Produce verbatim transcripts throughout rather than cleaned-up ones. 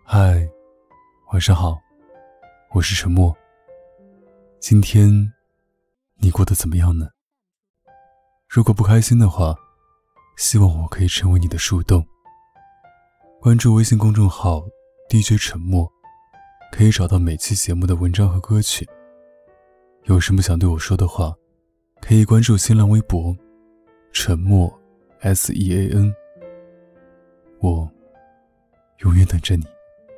嗨，晚上好，我是沉默。今天你过得怎么样呢？如果不开心的话，希望我可以成为你的树洞。关注微信公众号 D J 沉默，可以找到每期节目的文章和歌曲。有什么想对我说的话，可以关注新浪微博沉默 S E A N， 我永远等着你。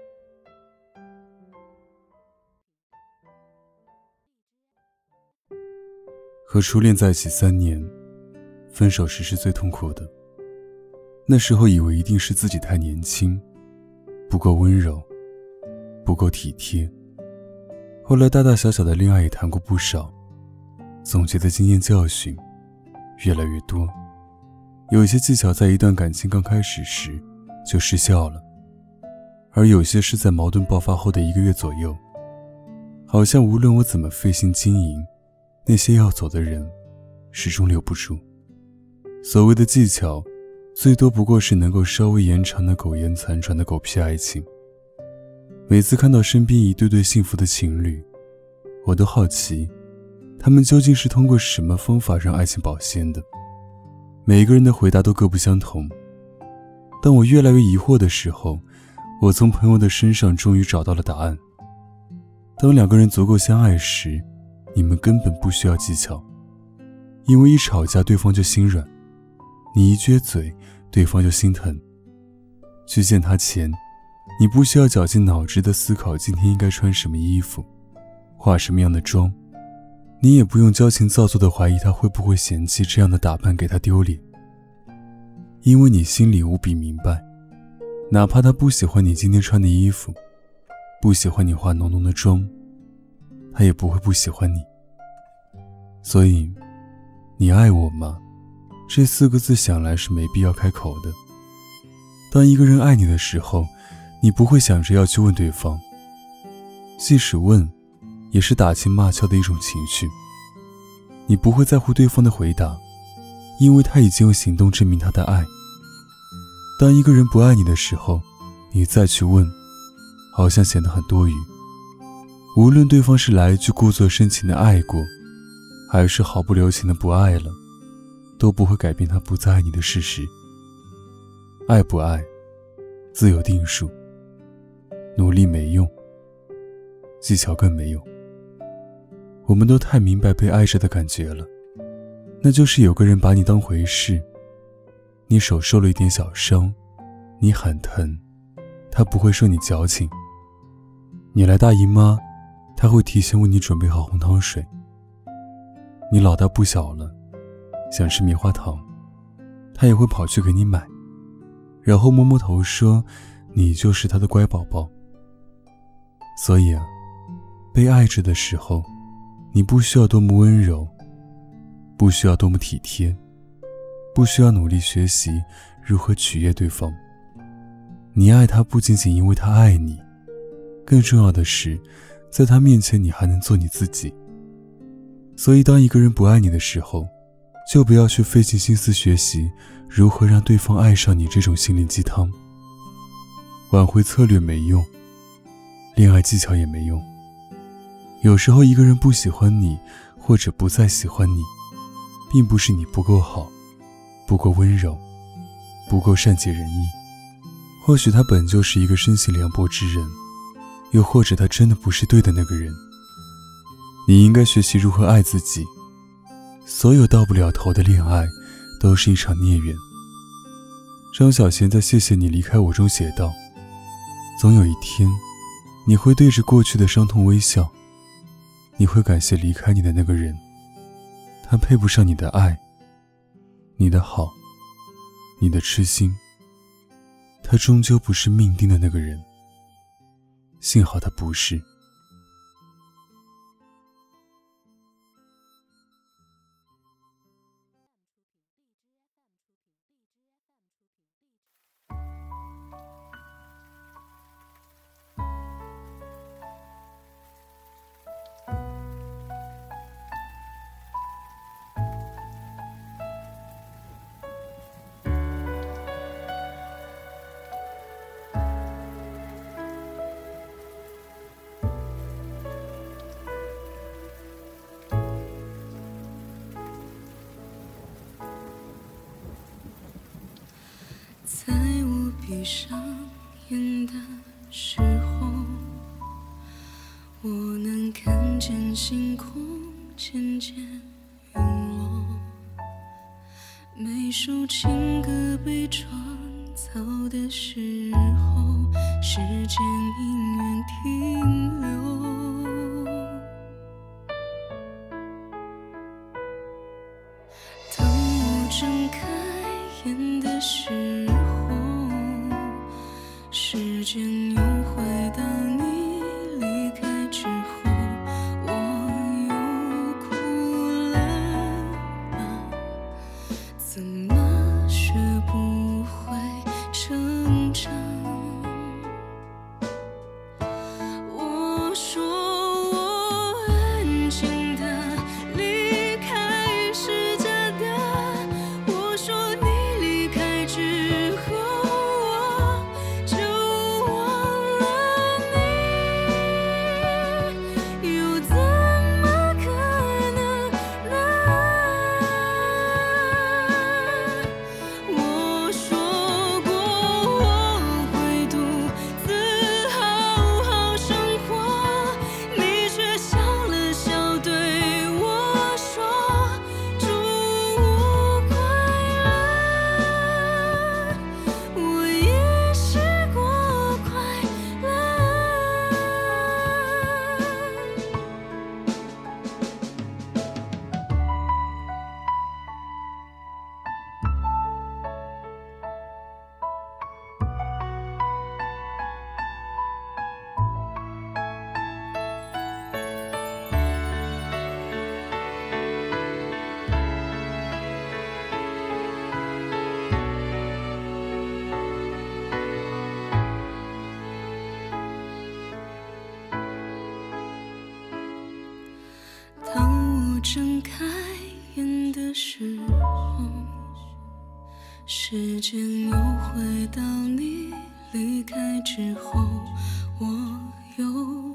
和初恋在一起三年，分手时是最痛苦的。那时候以为一定是自己太年轻，不够温柔，不够体贴。后来大大小小的恋爱也谈过不少，总结的经验教训越来越多。有一些技巧在一段感情刚开始时就失效了，而有些是在矛盾爆发后的一个月左右。好像无论我怎么费心经营，那些要走的人始终留不住。所谓的技巧，最多不过是能够稍微延长的苟延残喘的狗屁爱情。每次看到身边一对对幸福的情侣，我都好奇他们究竟是通过什么方法让爱情保鲜的。每个人的回答都各不相同。当我越来越疑惑的时候，我从朋友的身上终于找到了答案。当两个人足够相爱时，你们根本不需要技巧，因为一吵架对方就心软，你一撅嘴对方就心疼。去见他前，你不需要绞尽脑汁地思考今天应该穿什么衣服，化什么样的妆，你也不用矫情造作地怀疑他会不会嫌弃这样的打扮给他丢脸，因为你心里无比明白，哪怕他不喜欢你今天穿的衣服，不喜欢你化浓浓的妆，他也不会不喜欢你。所以你爱我吗？这四个字想来是没必要开口的。当一个人爱你的时候，你不会想着要去问对方，即使问也是打情骂俏的一种情绪。你不会在乎对方的回答，因为他已经用行动证明他的爱。当一个人不爱你的时候，你再去问，好像显得很多余。无论对方是来一句故作深情的爱过，还是毫不留情的不爱了，都不会改变他不再爱你的事实。爱不爱自有定数，努力没用，技巧更没用。我们都太明白被爱着的感觉了，那就是有个人把你当回事。你手受了一点小伤，你很疼，他不会说你矫情。你来大姨妈，他会提前为你准备好红糖水。你老大不小了，想吃棉花糖，他也会跑去给你买，然后摸摸头说你就是他的乖宝宝。所以啊，被爱着的时候，你不需要多么温柔，不需要多么体贴，不需要努力学习如何取悦对方。你爱他不仅仅因为他爱你，更重要的是在他面前你还能做你自己。所以当一个人不爱你的时候，就不要去费尽心思学习如何让对方爱上你这种心灵鸡汤。挽回策略没用，恋爱技巧也没用。有时候一个人不喜欢你，或者不再喜欢你，并不是你不够好，不够温柔，不够善解人意。或许他本就是一个身心凉薄之人，又或者他真的不是对的那个人。你应该学习如何爱自己。所有到不了头的恋爱都是一场孽缘。张小娴在《谢谢你离开我》中写道，总有一天你会对着过去的伤痛微笑，你会感谢离开你的那个人，他配不上你的爱，你的好，你的痴心，他终究不是命定的那个人。幸好他不是。 在我闭上眼的时候，我能看见星空渐渐陨落，每首情歌被创造的时候，时间永远停留。当我睁开眼的时候，时间又回到你离开之后，我又哭了吗？怎么学不会成长？我说我安静的离开是假的，我说你离开之后我就忘了你，又怎么可能呢？我说过我会独自好好生活，你却笑了笑对我说祝我快乐，我也试过快乐。当我睁开眼的时候，时间又回到你离开之后，我又